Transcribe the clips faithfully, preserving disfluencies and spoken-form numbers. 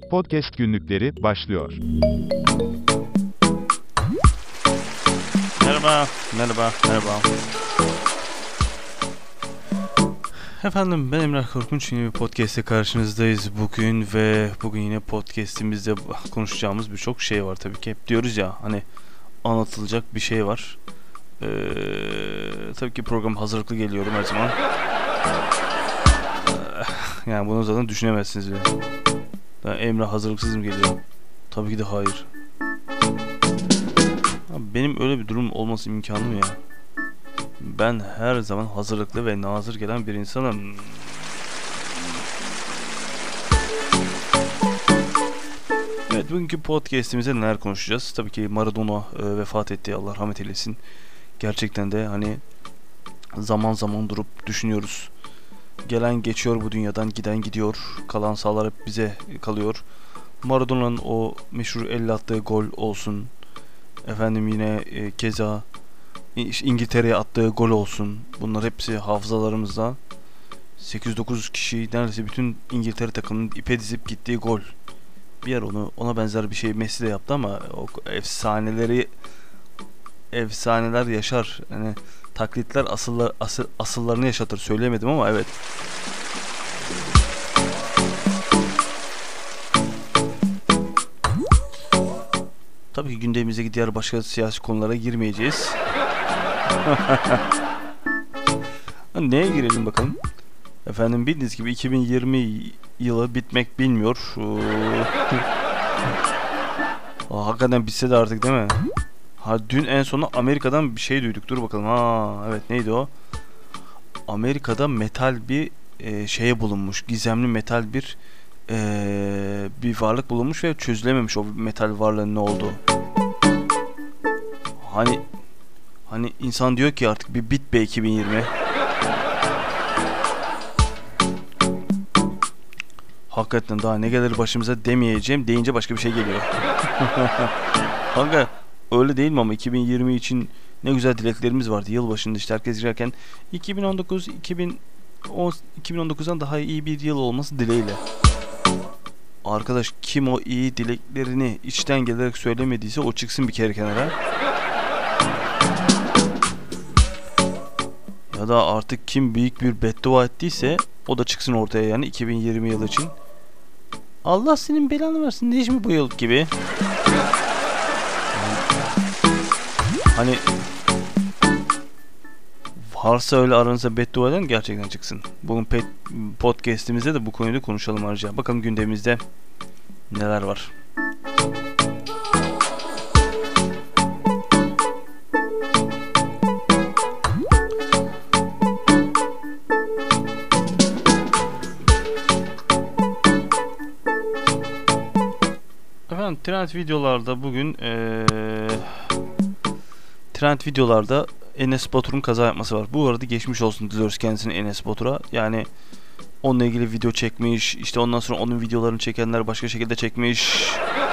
Podcast günlükleri başlıyor. Merhaba, merhaba, merhaba. Efendim ben Emrah Korkunç, yeni bir podcast'te karşınızdayız bugün ve bugün yine podcast'imizde konuşacağımız birçok şey var tabii ki. Hep diyoruz ya, hani anlatılacak bir şey var. Ee, tabii ki program hazırlıklı geliyorum her zaman. Ee, yani bunu zaten düşünemezsiniz bile. Yani Emrah hazırlıksız mı geliyor? Tabii ki de hayır. Abi benim öyle bir durum olması imkanı mı ya? Ben her zaman hazırlıklı ve nazır gelen bir insanım. Evet, bugünkü podcast'imizde neler konuşacağız? Tabii ki Maradona e, vefat etti, Allah rahmet eylesin. Gerçekten de hani zaman zaman durup düşünüyoruz. Gelen geçiyor bu dünyadan, giden gidiyor. Kalan sağlar hep bize kalıyor. Maradona'nın o meşhur elle attığı gol olsun. Efendim yine e, keza İngiltere'ye attığı gol olsun. Bunlar hepsi hafızalarımızda. sekiz yüz dokuz yüz kişi, neredeyse bütün İngiltere takımının ipe dizip gittiği gol. Bir yer onu ona benzer bir şey Messi de yaptı ama o efsaneleri efsaneler yaşar. Yani taklitler asıllar asıl, asıllarını yaşatır. Söyleyemedim ama evet. Tabii ki gündemimizdeki diğer başka siyasi konulara girmeyeceğiz. Neye girelim bakalım? Efendim bildiğiniz gibi iki bin yirmi yılı bitmek bilmiyor. Aa, hakikaten bitse de artık, değil mi? Ha, dün en sonunda Amerika'dan bir şey duyduk. Dur bakalım. Ha evet, neydi o? Amerika'da metal bir e, şeye bulunmuş. Gizemli metal bir e, bir varlık bulunmuş ve çözülememiş o metal varlığın ne olduğu. Hani hani insan diyor ki artık bir bit be iki bin yirmi. Hakikaten daha ne gelir başımıza demeyeceğim, deyince başka bir şey geliyor. Kanka öyle değil mi ama iki bin yirmi için ne güzel dileklerimiz vardı yılbaşında, işte herkes girerken iki bin on dokuz iki bin on iki bin on dokuzdan daha iyi bir yıl olması dileğiyle. Arkadaş, kim o iyi dileklerini içten gelerek söylemediyse o çıksın bir kere kenara. Ya da artık kim büyük bir beddua ettiyse o da çıksın ortaya, yani iki bin yirmi yılı için. Allah senin belanı versin, ne iş mi bu yıl gibi. Hani varsa öyle aranızda beddua eden gerçekten çıksın. Bugün podcast'imizde de bu konuyu da konuşalım ayrıca. Bakalım gündemimizde neler var. Efendim trend videolarda bugün ee, trend videolarda Enes Batur'un kaza yapması var. Bu arada geçmiş olsun diliyoruz kendisine, Enes Batur'a. Yani onunla ilgili video çekmiş, işte ondan sonra onun videolarını çekenler başka şekilde çekmiş.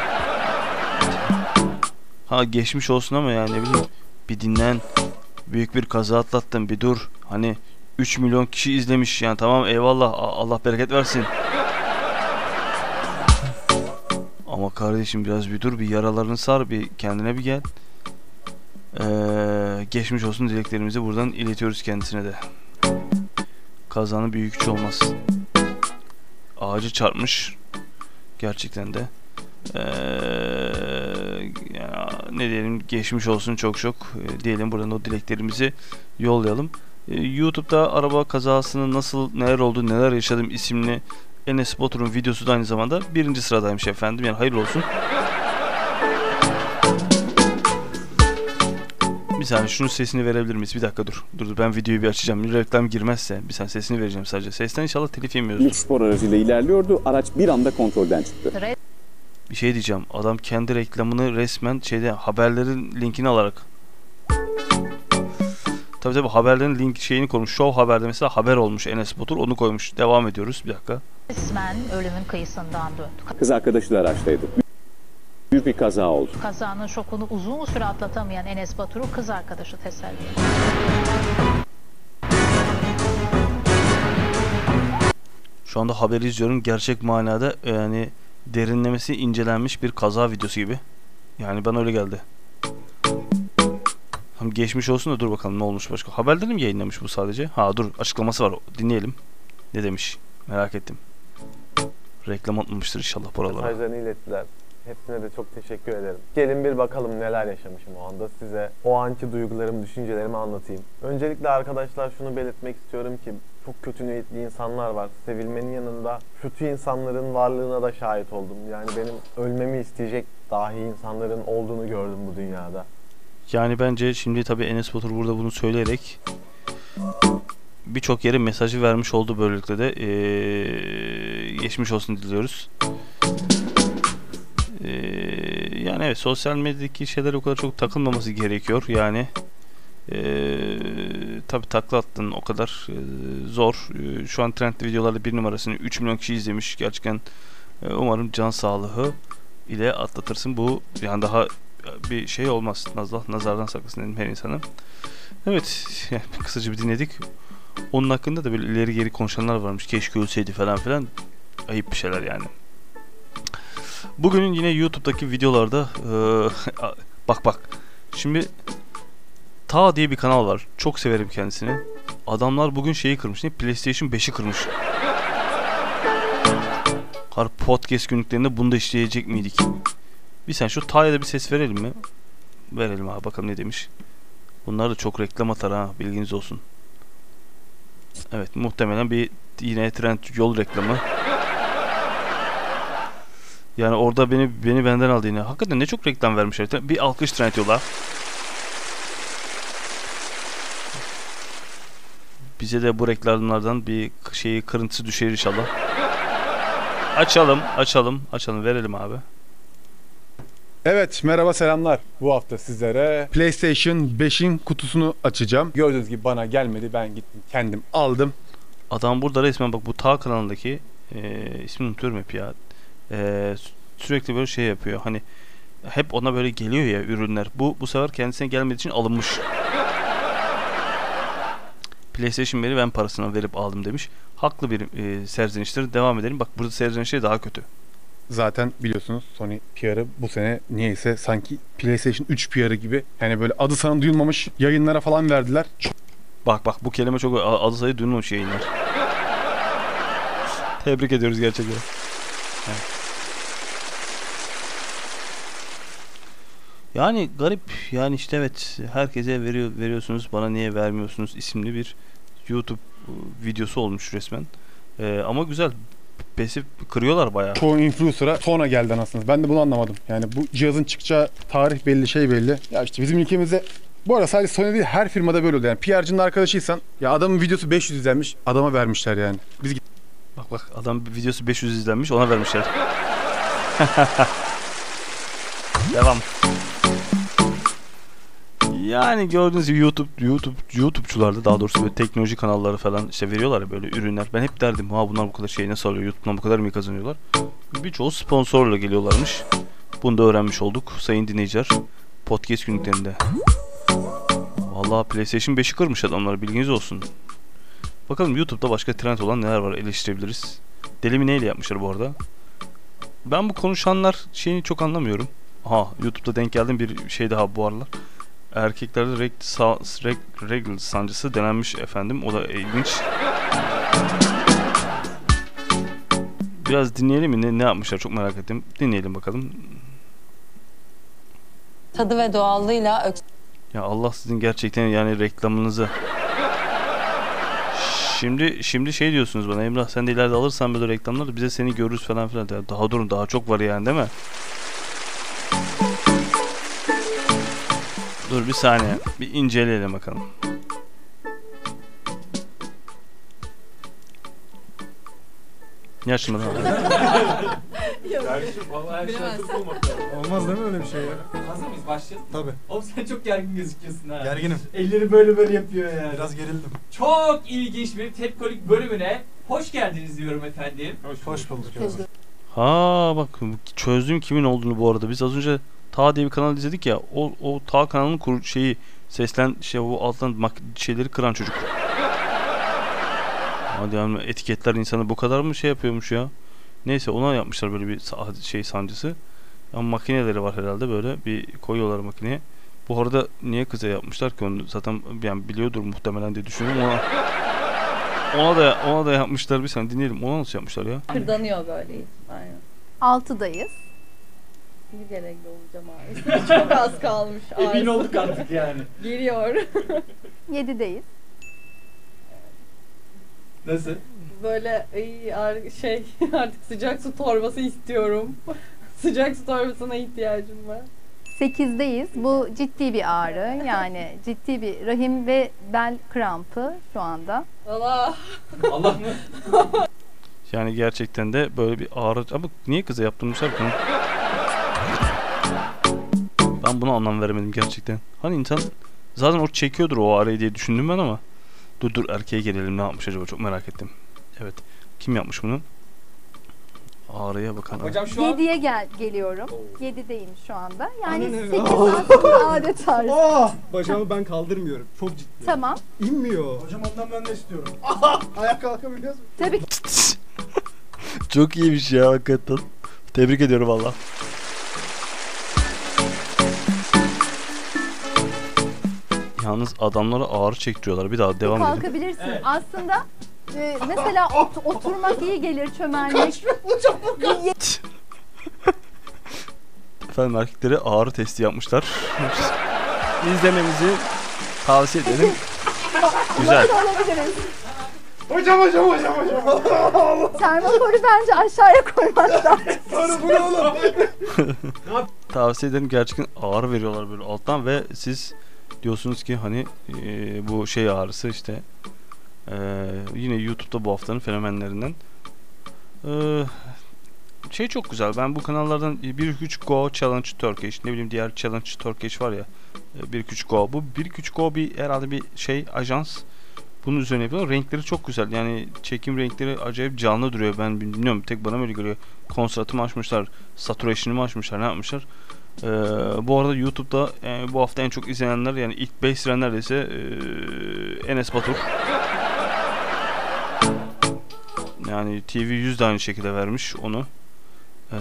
Ha geçmiş olsun ama yani ne bileyim, bir dinlen, büyük bir kaza atlattın, bir dur. Hani üç milyon kişi izlemiş, yani tamam eyvallah, Allah bereket versin. Ama kardeşim biraz bir dur, bir yaralarını sar, bir kendine bir gel. Ee, geçmiş olsun dileklerimizi buradan iletiyoruz kendisine de. Kazanın büyük güç olmaz. Ağacı çarpmış. Gerçekten de. Ee, ya, ne diyelim, geçmiş olsun çok çok e, diyelim, buradan o dileklerimizi yollayalım. Ee, YouTube'da araba kazasının nasıl, neler oldu, neler yaşadım isimli Enes Batur'un videosu da aynı zamanda birinci sıradaymış efendim. Yani hayırlı olsun. Bir saniye şunun sesini verebilir miyiz? Bir dakika dur. Dur dur ben videoyu bir açacağım. Bir reklam girmezse bir saniye sesini vereceğim sadece. Sesten inşallah telif yemiyoruz. Lüks spor aracıyla ilerliyordu. Araç bir anda kontrolden çıktı. Bir şey diyeceğim. Adam kendi reklamını resmen şeyde, haberlerin linkini alarak. Tabii tabii haberlerin link şeyini koymuş. Show Haber'de mesela haber olmuş Enes Batur, onu koymuş. Devam ediyoruz. Bir dakika. Resmen ölümün kıyısından döndü. Kız arkadaşıyla araçtaydı. Büyük bir kaza oldu. Kazanın şokunu uzun süre atlatamayan Enes Batur'u kız arkadaşı teselli etti. Şu anda haberi izliyorum. Gerçek manada yani derinlemesi incelenmiş bir kaza videosu gibi. Yani bana öyle geldi. Hem geçmiş olsun da dur bakalım ne olmuş başka. Haberleri mi yayınlamış bu sadece? Ha dur, açıklaması var. Dinleyelim. Ne demiş? Merak ettim. Reklam atmamıştır inşallah buralara. Mesajlarını ilettiler. Hepsine de çok teşekkür ederim. Gelin bir bakalım neler yaşamışım o anda. Size o anki duygularımı, düşüncelerimi anlatayım. Öncelikle arkadaşlar şunu belirtmek istiyorum ki çok kötü niyetli insanlar var. Sevilmenin yanında kötü insanların varlığına da şahit oldum. Yani benim ölmemi isteyecek dahi insanların olduğunu gördüm bu dünyada. Yani bence şimdi tabii Enes Batur burada bunu söyleyerek birçok yere mesajı vermiş oldu, böylelikle de ee, geçmiş olsun diliyoruz. Ee, yani evet, sosyal medyadaki şeylere o kadar çok takılmaması gerekiyor. Yani ee, tabii takla attın o kadar ee, zor. Ee, şu an trendli videolarda bir numarasını üç milyon kişi izlemiş. Gerçekten ee, umarım can sağlığı ile atlatırsın. Bu yani daha bir şey olmaz. Nazar, nazardan saklasın dedim her insanı. Evet, yani kısaca bir dinledik. Onun hakkında da böyle ileri geri konuşanlar varmış. Keşke ölseydi falan filan. Ayıp bir şeyler yani. Bugünün yine YouTube'daki videolarda ee, bak bak. Şimdi Ta diye bir kanal var. Çok severim kendisini. Adamlar bugün şeyi kırmış. Ne? PlayStation beşi kırmış. Har podcast günlüklerinde bunu da işleyecek miydik? Bir sen şu Ta'ya da bir ses verelim mi? Verelim abi, bakalım ne demiş. Bunlar da çok reklam atar ha, bilginiz olsun. Evet, muhtemelen bir yine trend yol reklamı. Yani orada beni beni benden aldı yine. Hakikaten ne çok reklam vermişler. Bir alkış trend yola. Bize de bu reklamlardan bir şeyi kırıntısı düşer inşallah. Açalım, açalım, açalım, verelim abi. Evet, merhaba, selamlar. Bu hafta sizlere PlayStation beşin kutusunu açacağım. Gördüğünüz gibi bana gelmedi. Ben gittim kendim aldım. Adam burada resmen bak bu Ta kanalındaki e, ismini unutuyorum hep ya. E, sürekli böyle şey yapıyor. Hani hep ona böyle geliyor ya ürünler. Bu bu sefer kendisine gelmediği için alınmış. PlayStation biri ben parasını verip aldım demiş. Haklı bir e, serzeniştir. Devam edelim. Bak burada serzenişleri daha kötü. Zaten biliyorsunuz Sony P R'ı bu sene niyeyse sanki PlayStation üç P R'ı gibi. Yani böyle adı sana duyulmamış yayınlara falan verdiler. Bak bak bu kelime çok adı sayı duyulmamış yayınlar. Tebrik ediyoruz gerçekten. Evet. Yani garip, yani işte evet, herkese veriyor veriyorsunuz, bana niye vermiyorsunuz isimli bir YouTube videosu olmuş resmen. Ee, ama güzel. Besip kırıyorlar bayağı. Çoğu influencer'a sonra geldi aslında. Ben de bunu anlamadım. Yani bu cihazın çıkacağı tarih belli, şey belli. Ya işte bizim ülkemizde, bu arada sadece Sony değil, her firmada böyle oluyor. Yani P R'cının arkadaşıysan ya adamın videosu beş yüz izlenmiş, adama vermişler yani. Biz git. Bak bak adam videosu beş yüz izlenmiş, ona vermişler. Devam. Yani gördüğünüz gibi YouTube YouTube YouTube'cularda, daha doğrusu böyle teknoloji kanalları falan işte veriyorlar ya böyle ürünler. Ben hep derdim ha bunlar bu kadar şey nasıl alıyor, YouTube'dan bu kadar mı kazanıyorlar? Birçoğu sponsorla geliyorlarmış. Bunu da öğrenmiş olduk sayın dinleyiciler. Podcast günlüklerinde. Vallahi PlayStation beşi kırmış adamlar, bilginiz olsun. Bakalım YouTube'da başka trend olan neler var, eleştirebiliriz. Delimi neyle yapmışlar bu arada? Ben bu konuşanlar şeyini çok anlamıyorum. Aha, YouTube'da denk geldim bir şey daha bu aralar. Erkeklerde reg, sa, reg, regl sancısı denenmiş efendim. O da ilginç. Biraz dinleyelim mi? Ne, ne yapmışlar? Çok merak ettim. Dinleyelim bakalım. Tadı ve doğallığıyla öks... Ya Allah sizin gerçekten yani reklamınızı. Şimdi şimdi şey diyorsunuz bana, Emrah sen de ileride alırsan böyle reklamları bize seni görürüz falan filan. Daha durun, daha çok var yani, değil mi? Dur bir saniye. Bir inceleyelim bakalım. Ne açmadın abi? Olmaz değil mi öyle bir şey ya? Hazır mıyız? Başlayalım. Tabii. Oğlum sen çok gergin gözüküyorsun ha. Gerginim. Elleri böyle böyle yapıyor yani. Biraz gerildim. Çok ilginç bir tepkolik bölümüne hoş geldiniz diyorum efendim. Hoş, hoş bulduk. Ha bak çözdüm kimin olduğunu bu arada. Biz az önce Ta diye bir kanal izledik ya. O o Ta kanalının kur şeyi seslen şey o alttan şeyleri kıran çocuk. Hadi yani etiketler insanı bu kadar mı şey yapıyormuş ya? Neyse ona yapmışlar böyle bir sa- şey sancısı. Ama makineleri var herhalde böyle bir koyuyorlar makineye. Bu arada niye kıza yapmışlar ki onu zaten yani biliyordur muhtemelen diye düşünüyorum ona. Ona da ona da yapmışlar bir sen dinleyelim. Ona nasıl yapmışlar ya? Kırdanıyor böyle. Aynen. altıdayız. Bir gerekli olacağım abi. Çok az kalmış. Emin ağrısı. olduk artık yani. Geliyor. yedideyiz. Nasıl? Böyle ay, ar- şey artık sıcak su torbası istiyorum. Sıcak su torbasına ihtiyacım var. sekizdeyiz. Bu ciddi bir ağrı. Yani ciddi bir rahim ve bel krampı şu anda. Allah. Allah mı? Yani gerçekten de böyle bir ağrı ama niye kıza yaptırmışlar bunu? Ben buna anlam veremedim gerçekten. Hani insan zaten o çekiyordur o ağrıyı diye düşündüm ben ama dur dur erkeğe gelelim ne yapmış acaba çok merak ettim. Evet. Kim yapmış bunu? Ağrıya bakan. Hocam şu an... yediye gel geliyorum. yedideyim şu anda. Yani Anne, sekiz aa. aslında adet ağrısı. Oh! Bacağımı ben kaldırmıyorum. Çok ciddi. Tamam. İnmiyor. Hocam ondan ben de istiyorum. Ayak kalkabiliyor musun? Tabii ki. Çok iyiymiş ya hakikaten. Tebrik ediyorum valla. Yalnız adamlara ağrı çektiriyorlar. Bir daha devam edelim. kalkabilirsin. Aslında e, mesela ot- oturmak iyi gelir, çömelmek. Efendim erkeklere ağrı testi yapmışlar. İzlememizi tavsiye ederim. Güzel. Olabiliriz. Hocam hocam hocam hocam. Termoforu bence aşağıya koymak lazım. Sonra bu ne oğlum? Tavsiye ederim gerçekten ağrı veriyorlar böyle alttan ve siz diyorsunuz ki hani e, bu şey ağrısı işte e, yine YouTube'da bu haftanın fenomenlerinden. E, şey çok güzel. Ben bu kanallardan bir iki üç Go Challenge Turkish ne bileyim diğer Challenge Turkish var ya bir iki üç Go. Bu bir iki üç Go bir herhalde bir şey ajans. Bunun üzerine yapıyorlar. Renkleri çok güzel. Yani çekim renkleri acayip canlı duruyor. Ben bilmiyorum. Tek bana mı öyle geliyor. Kontratımı açmışlar. Saturation'ımı açmışlar. Ne yapmışlar? Ee, bu arada YouTube'da yani bu hafta en çok izlenenler yani ilk beş sıra neredeyse ee, Enes Batur. Yani T V yüz de aynı şekilde vermiş onu. Ee,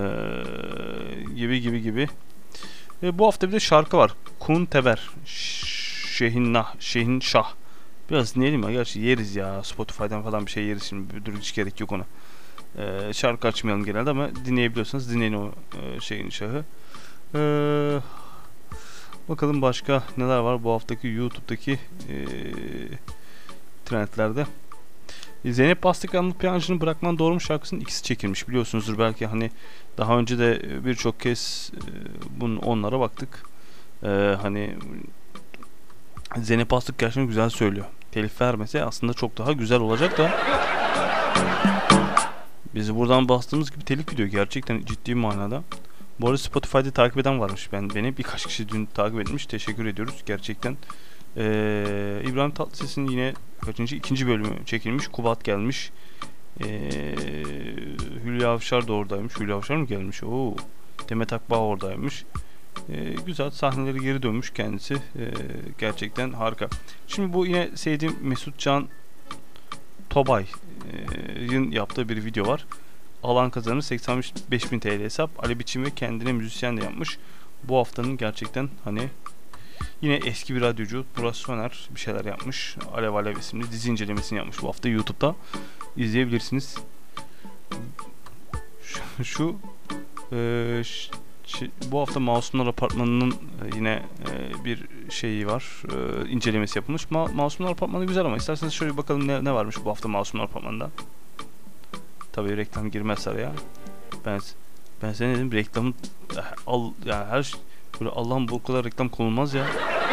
gibi gibi gibi. Ee, bu hafta bir de şarkı var. Kun Teber. Şehin Nah. Şehin Şah. Biraz dinleyelim ya. Gerçi yeriz ya. Spotify'dan falan bir şey yeriz şimdi. Dur hiç gerek yok ona. Ee, şarkı açmayalım genelde ama dinleyebiliyorsanız dinleyin o e, şeyin şahı. Ee, bakalım başka neler var bu haftaki YouTube'daki e, trendlerde. Zeynep Bastıkan'ın Piyancı'nı Bırakman Doğru mu şarkısının ikisi çekilmiş biliyorsunuzdur belki hani daha önce de birçok kez e, bunun onlara baktık. E, hani Zeynep Bastık gerçekten güzel söylüyor. Telif vermese aslında çok daha güzel olacak da bizi buradan bastığımız gibi telif gidiyor gerçekten ciddi manada. Bu arada Spotify'da takip eden varmış. Ben beni birkaç kişi dün takip etmiş. Teşekkür ediyoruz gerçekten. Ee, İbrahim Tatlıses'in yine kaçıncı? ikinci bölümü çekilmiş. Kubat gelmiş. Ee, Hülya Avşar da oradaymış. Hülya Avşar mı gelmiş? Oo. Demet Akbağ oradaymış. Ee, güzel sahneleri geri dönmüş kendisi. Ee, gerçekten harika. Şimdi bu yine sevdiğim Mesut Can Tobay'ın yaptığı bir video var. Alan kazanır seksen beş bin T L hesap. Ali Biçim ve kendine müzisyen de yapmış. Bu haftanın gerçekten hani yine eski bir radyocu Murat Soner bir şeyler yapmış. Alev Alev isimli dizi incelemesini yapmış bu hafta YouTube'da. İzleyebilirsiniz. Şu, şu e, ş, bu hafta Masumlar Apartmanı'nın yine e, bir şeyi var. E, incelemesi yapılmış. Ma, Masumlar Apartmanı güzel ama isterseniz şöyle bakalım ne, ne varmış bu hafta Masumlar Apartmanı'nda. Tabii reklam girmez araya. Ben ben sana dedim reklamın al yani her şey böyle Allah'ım bu kadar reklam konulmaz ya.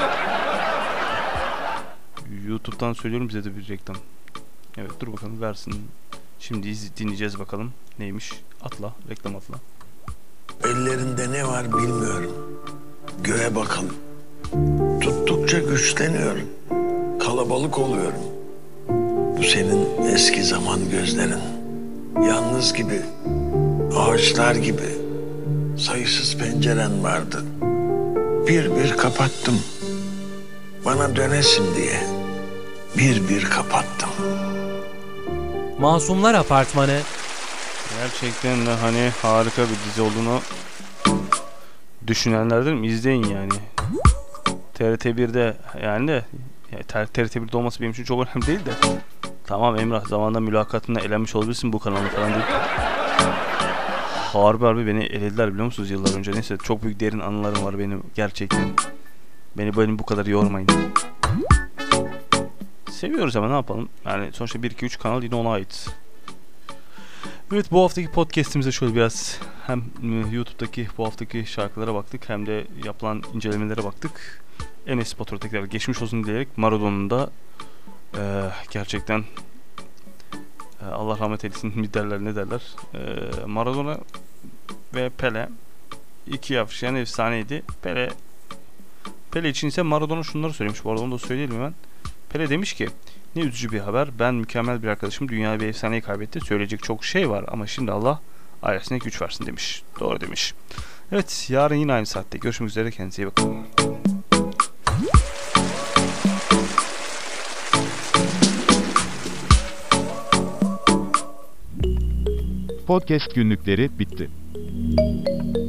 YouTube'dan söylüyorum bize de bir reklam. Evet dur bakalım versin. Şimdi iz, dinleyeceğiz bakalım neymiş. Atla reklam atla. Ellerinde ne var bilmiyorum. Göğe bakalım. Tuttukça güçleniyorum. Kalabalık oluyorum. Bu senin eski zaman gözlerin. Yalnız gibi, ağaçlar gibi sayısız penceren vardı. Bir bir kapattım. Bana dönesin diye bir bir kapattım. Masumlar Apartmanı Gerçekten de hani harika bir dizi olduğunu düşünenlerden izleyin yani. T R T bir'de yani de yani T R T bir'de olması benim için çok önemli değil de. Tamam Emrah, zamanında mülakatında elenmiş olabilirsin bu kanalı falan değil. Harbi harbi beni elediler biliyor musunuz yıllar önce. Neyse, çok büyük derin anılarım var benim gerçekten. Beni benim bu kadar yormayın. Seviyoruz ama ne yapalım. Yani sonuçta bir iki üç kanal yine ona ait. Evet, bu haftaki podcast'imize şöyle biraz hem YouTube'daki bu haftaki şarkılara baktık hem de yapılan incelemelere baktık. Enes Batur'a tekrar geçmiş olsun diyerek Maradona'nın da e, gerçekten e, Allah rahmet eylesin mi derler ne derler. E, Maradona ve Pele iki yaşayan efsaneydi. Pele Pele için ise Maradona şunları söylemiş. Bu arada onu da söyleyelim hemen. Pele demiş ki, ne üzücü bir haber. Ben mükemmel bir arkadaşım dünyaya bir efsaneyi kaybetti. Söyleyecek çok şey var ama şimdi Allah ailesine güç versin demiş. Doğru demiş. Evet, yarın yine aynı saatte görüşmek üzere. Kendinize iyi bakın. Podcast günlükleri bitti.